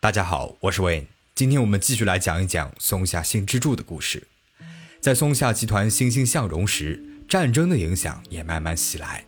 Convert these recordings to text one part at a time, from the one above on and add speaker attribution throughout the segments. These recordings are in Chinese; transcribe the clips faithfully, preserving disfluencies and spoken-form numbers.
Speaker 1: 大家好，我是 Wayne， 今天我们继续来讲一讲松下幸之助的故事。在松下集团欣欣向荣时，战争的影响也慢慢袭来。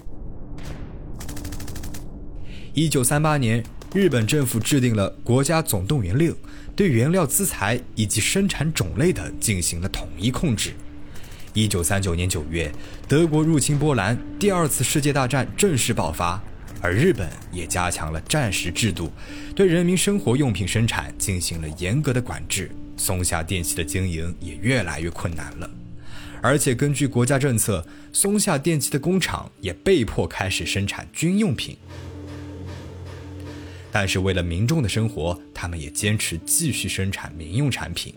Speaker 1: 一九三八年，日本政府制定了国家总动员令，对原料资材以及生产种类等进行了统一控制。一九三九年九月，德国入侵波兰，第二次世界大战正式爆发，而日本也加强了战时制度，对人民生活用品生产进行了严格的管制，松下电器的经营也越来越困难了。而且根据国家政策，松下电器的工厂也被迫开始生产军用品。但是为了民众的生活，他们也坚持继续生产民用产品。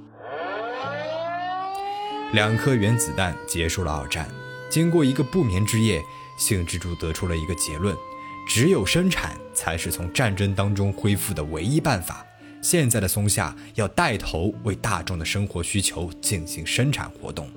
Speaker 1: 两颗原子弹结束了二战，经过一个不眠之夜，幸之助得出了一个结论：只有生产才是从战争当中恢复的唯一办法。现在的松下要带头为大众的生活需求进行生产活动。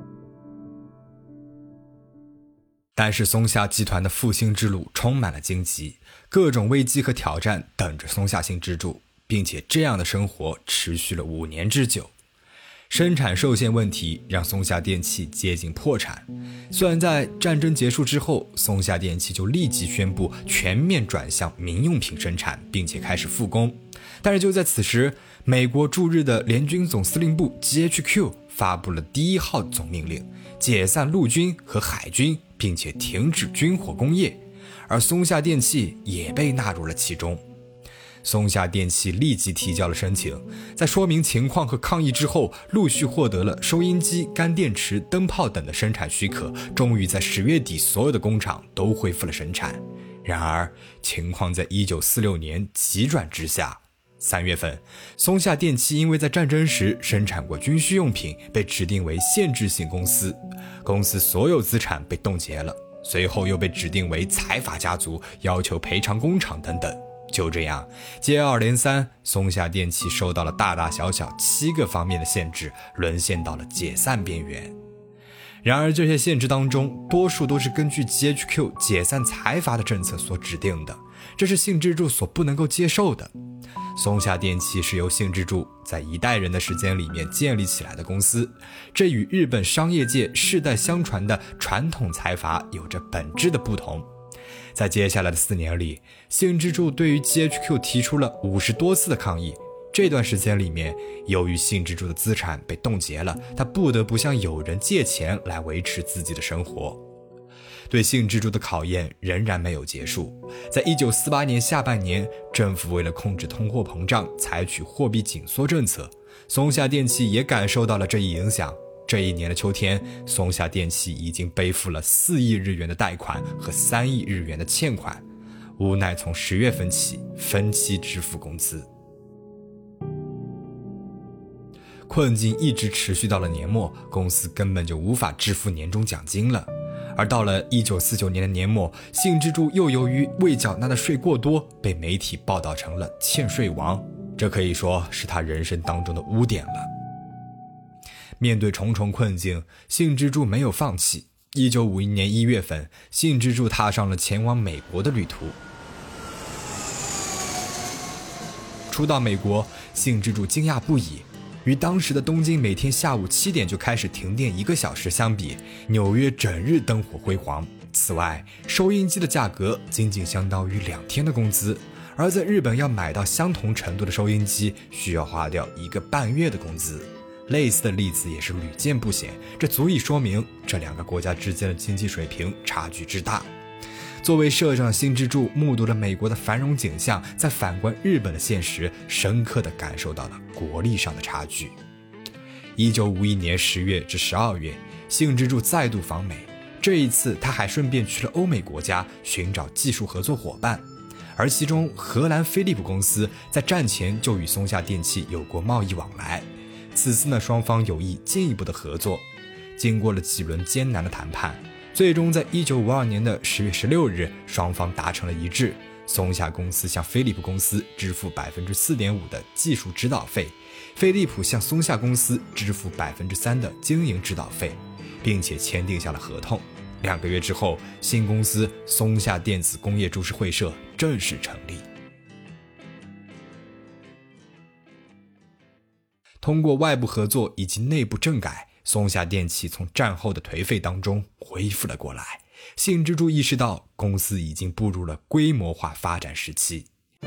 Speaker 1: 但是松下集团的复兴之路充满了荆棘，各种危机和挑战等着松下幸之助，并且这样的生活持续了五年之久。生产受限问题让松下电器接近破产。虽然在战争结束之后，松下电器就立即宣布全面转向民用品生产，并且开始复工，但是就在此时，美国驻日的联军总司令部 G H Q 发布了第一号总命令，解散陆军和海军，并且停止军火工业，而松下电器也被纳入了其中。松下电器立即提交了申请，在说明情况和抗议之后，陆续获得了收音机、干电池、灯泡等的生产许可，终于在十月底所有的工厂都恢复了生产。然而情况在一九四六年急转直下。三月份，松下电器因为在战争时生产过军需用品，被指定为限制性公司，公司所有资产被冻结了，随后又被指定为财阀家族，要求赔偿工厂等等。就这样，接二连三，松下电器受到了大大小小七个方面的限制，沦陷到了解散边缘。然而这些限制当中，多数都是根据 G H Q 解散财阀的政策所指定的，这是幸之助所不能够接受的。松下电器是由幸之助在一代人的时间里面建立起来的公司，这与日本商业界世代相传的传统财阀有着本质的不同。在接下来的四年里，幸之助对于 G H Q 提出了五十多次的抗议。这段时间里面，由于幸之助的资产被冻结了，他不得不向友人借钱来维持自己的生活。对幸之助的考验仍然没有结束。在一九四八年下半年，政府为了控制通货膨胀，采取货币紧缩政策，松下电器也感受到了这一影响。这一年的秋天，松下电器已经背负了四亿日元的贷款和三亿日元的欠款，无奈从十月份起分期支付工资。困境一直持续到了年末，公司根本就无法支付年终奖金了。而到了一九四九年的年末，幸之助又由于未缴纳的税过多，被媒体报道成了欠税王，这可以说是他人生当中的污点了。面对重重困境，幸之助没有放弃。一九五一年一月份，幸之助踏上了前往美国的旅途。初到美国，幸之助惊讶不已。与当时的东京每天下午七点就开始停电一个小时相比，纽约整日灯火辉煌。此外，收音机的价格仅仅相当于两天的工资，而在日本要买到相同程度的收音机，需要花掉一个半月的工资。类似的例子也是屡见不鲜，这足以说明这两个国家之间的经济水平差距之大。作为社长幸之助，目睹了美国的繁荣景象，在反观日本的现实，深刻地感受到了国力上的差距。一九五一年十月至十二月，幸之助再度访美，这一次他还顺便去了欧美国家寻找技术合作伙伴，而其中荷兰飞利浦公司在战前就与松下电器有过贸易往来。此次呢，双方有意进一步的合作。经过了几轮艰难的谈判，最终在一九五二年的十月十六日，双方达成了一致。松下公司向飞利浦公司支付 百分之四点五 的技术指导费，飞利浦向松下公司支付 百分之三 的经营指导费，并且签订下了合同。两个月之后，新公司松下电子工业株式会社正式成立。 通过外部合作以及内部政改，松下电器从战后的颓废当中恢复了过来。信之助意识到公司已经步入了规模化发展时期。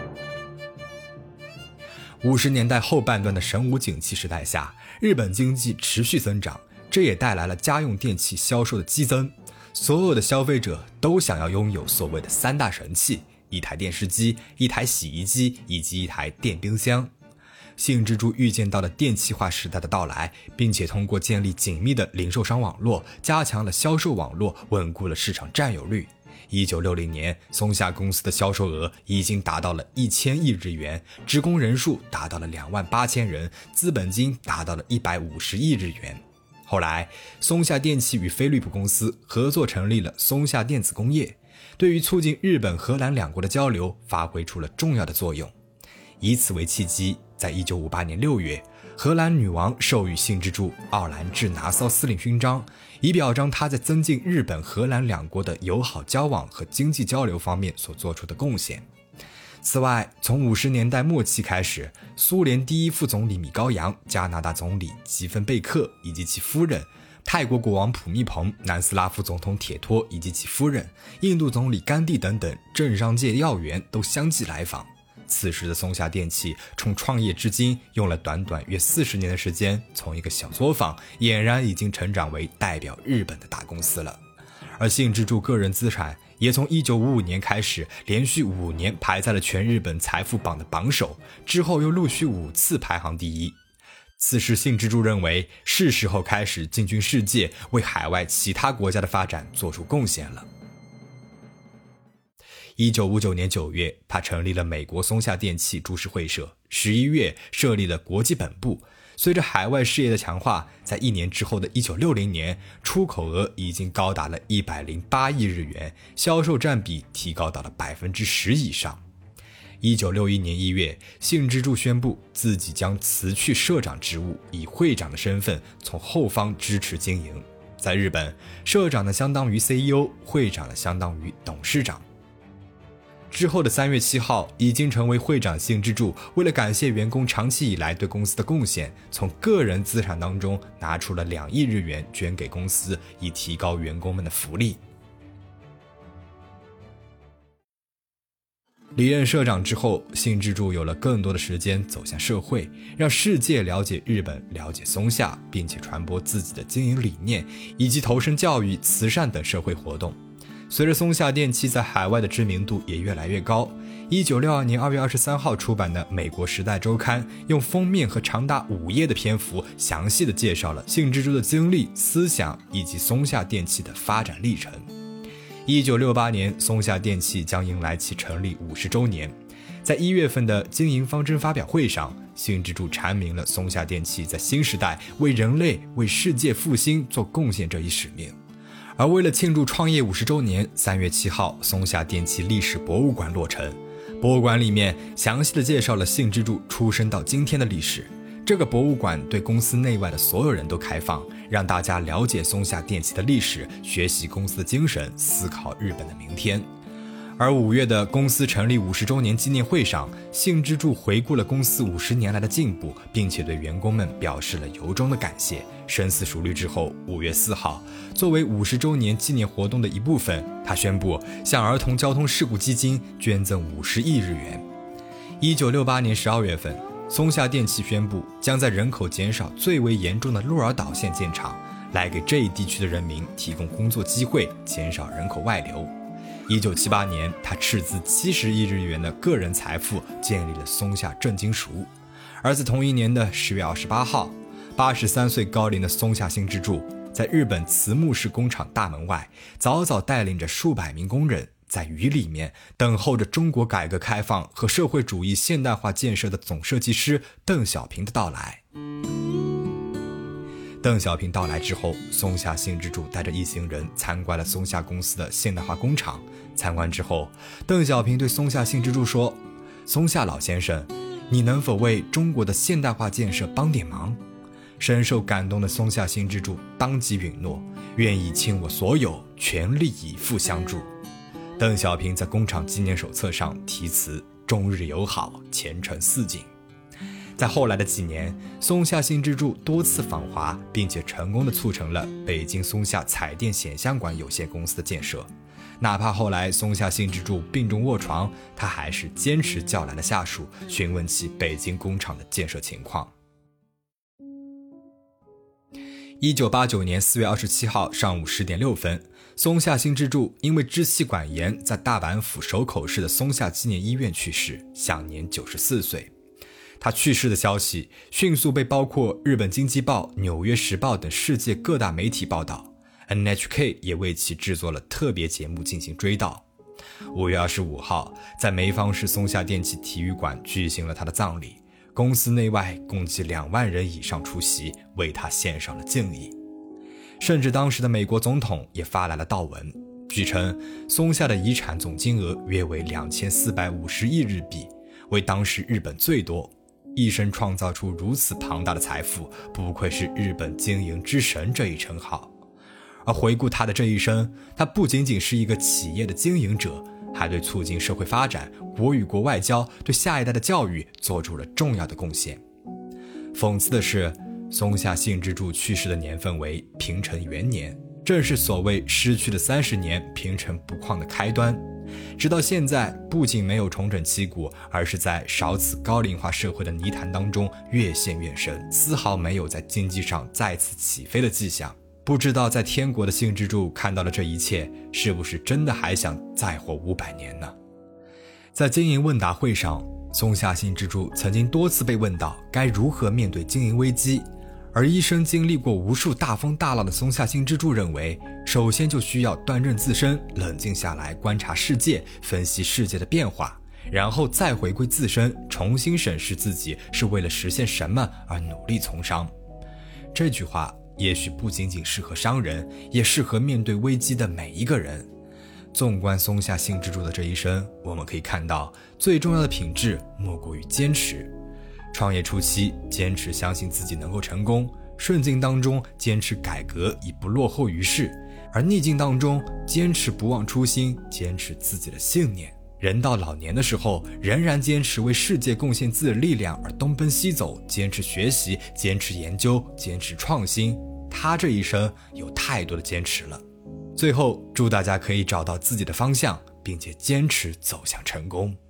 Speaker 1: 五十年代后半段的神武景气时代下，日本经济持续增长，这也带来了家用电器销售的激增。所有的消费者都想要拥有所谓的三大神器，一台电视机、一台洗衣机以及一台电冰箱。信之助预见到了电气化时代的到来，并且通过建立紧密的零售商网络，加强了销售网络，稳固了市场占有率。一九六零年，松下公司的销售额已经达到了一千亿日元，职工人数达到了两万八千人，资本金达到了一百五十亿日元。后来，松下电器与飞利浦公司合作成立了松下电子工业，对于促进日本、荷兰两国的交流发挥出了重要的作用。以此为契机，在一九五八年六月，荷兰女王授予信之助奥兰治拿骚司令勋章，以表彰他在增进日本、荷兰两国的友好交往和经济交流方面所做出的贡献。此外，从五十年代末期开始，苏联第一副总理米高扬、加拿大总理吉芬贝克以及其夫人、泰国国王普密蓬、南斯拉夫总统铁托以及其夫人、印度总理甘地等等政商界要员都相继来访。此时的松下电器从创业至今用了短短约四十年的时间，从一个小作坊俨然已经成长为代表日本的大公司了。而信之助个人资产也从一九五五年开始连续五年排在了全日本财富榜的榜首，之后又陆续五次排行第一。此时信之助认为是时候开始进军世界，为海外其他国家的发展做出贡献了。一九五九年九月，他成立了美国松下电器株式会社，十一月设立了国际本部。随着海外事业的强化，在一年之后的一九六零年，出口额已经高达了一百零八亿日元，销售占比提高到了百分之十以上。一九六一年一月，信之助宣布自己将辞去社长职务，以会长的身份从后方支持经营。在日本，社长呢相当于 C E O， 会长呢相当于董事长。之后的三月七号，已经成为会长信之助为了感谢员工长期以来对公司的贡献，从个人资产当中拿出了两亿日元捐给公司，以提高员工们的福利。离任社长之后，信之助有了更多的时间走向社会，让世界了解日本，了解松下，并且传播自己的经营理念，以及投身教育、慈善等社会活动。随着松下电器在海外的知名度也越来越高，一九六二年二月二十三号出版的《美国时代周刊》用封面和长达五页的篇幅，详细的介绍了信之助的经历、思想以及松下电器的发展历程。一九六八年，松下电器将迎来其成立五十周年。在一月份的经营方针发表会上，信之助阐明了松下电器在新时代为人类、为世界复兴做贡献这一使命。而为了庆祝创业五十周年，三月七号，松下电器历史博物馆落成。博物馆里面详细的介绍了信之助出生到今天的历史。这个博物馆对公司内外的所有人都开放，让大家了解松下电器的历史，学习公司的精神，思考日本的明天。而五月的公司成立五十周年纪念会上，信之助回顾了公司五十年来的进步，并且对员工们表示了由衷的感谢。深思熟虑之后，五月四号，作为五十周年纪念活动的一部分，他宣布向儿童交通事故基金捐赠五十亿日元。一九六八年十二月份，松下电器宣布将在人口减少最为严重的鹿儿岛县建厂，来给这一地区的人民提供工作机会，减少人口外流。一九七八年，他斥资七十亿日元的个人财富建立了松下正金属。而在同一年的十月二十八号，八十三岁高龄的松下幸之助在日本慈木市工厂大门外，早早带领着数百名工人在雨里面等候着中国改革开放和社会主义现代化建设的总设计师邓小平的到来。邓小平到来之后，松下幸之助带着一行人参观了松下公司的现代化工厂。参观之后，邓小平对松下幸之助说：“松下老先生，你能否为中国的现代化建设帮点忙？”深受感动的松下幸之助当即允诺，愿意倾我所有，全力以赴相助。邓小平在工厂纪念手册上题词：“中日友好，前程似锦。” 在后来的几年，松下幸之助多次访华，并且成功地促成了北京松下彩电显像管有限公司的建设。哪怕后来松下幸之助病重卧床，他还是坚持叫来了下属，询问其北京工厂的建设情况。一九八九年四月二十七号上午十点六分，松下幸之助因为支气管炎在大阪府手口市的松下纪念医院去世，享年九十四岁。他去世的消息迅速被包括日本经济报、纽约时报等世界各大媒体报道， N H K 也为其制作了特别节目进行追悼。五月二十五号，在梅芳市松下电器体育馆举行了他的葬礼，公司内外共计两万人以上出席，为他献上了敬意。甚至当时的美国总统也发来了悼文，据称松下的遗产总金额约为两千四百五十亿日币，为当时日本最多。一生创造出如此庞大的财富，不愧是日本经营之神这一称号。而回顾他的这一生，他不仅仅是一个企业的经营者，还对促进社会发展、国与国外交、对下一代的教育做出了重要的贡献。讽刺的是，松下幸之助去世的年份为平成元年，正是所谓失去的三十年平成不况的开端。直到现在，不仅没有重整旗鼓，而是在少子高龄化社会的泥潭当中越陷越深，丝毫没有在经济上再次起飞的迹象。不知道在天国的幸之助看到了这一切，是不是真的还想再活五百年呢？在经营问答会上，松下幸之助曾经多次被问到该如何面对经营危机，而一生经历过无数大风大浪的松下幸之助认为，首先就需要端正自身，冷静下来观察世界，分析世界的变化，然后再回归自身，重新审视自己是为了实现什么而努力从商。这句话也许不仅仅适合商人，也适合面对危机的每一个人。纵观松下幸之助的这一生，我们可以看到最重要的品质莫过于坚持。创业初期坚持相信自己能够成功，顺境当中坚持改革以不落后于世，而逆境当中坚持不忘初心，坚持自己的信念。人到老年的时候，仍然坚持为世界贡献自己的力量而东奔西走，坚持学习，坚持研究，坚持创新。他这一生有太多的坚持了。最后，祝大家可以找到自己的方向，并且坚持走向成功。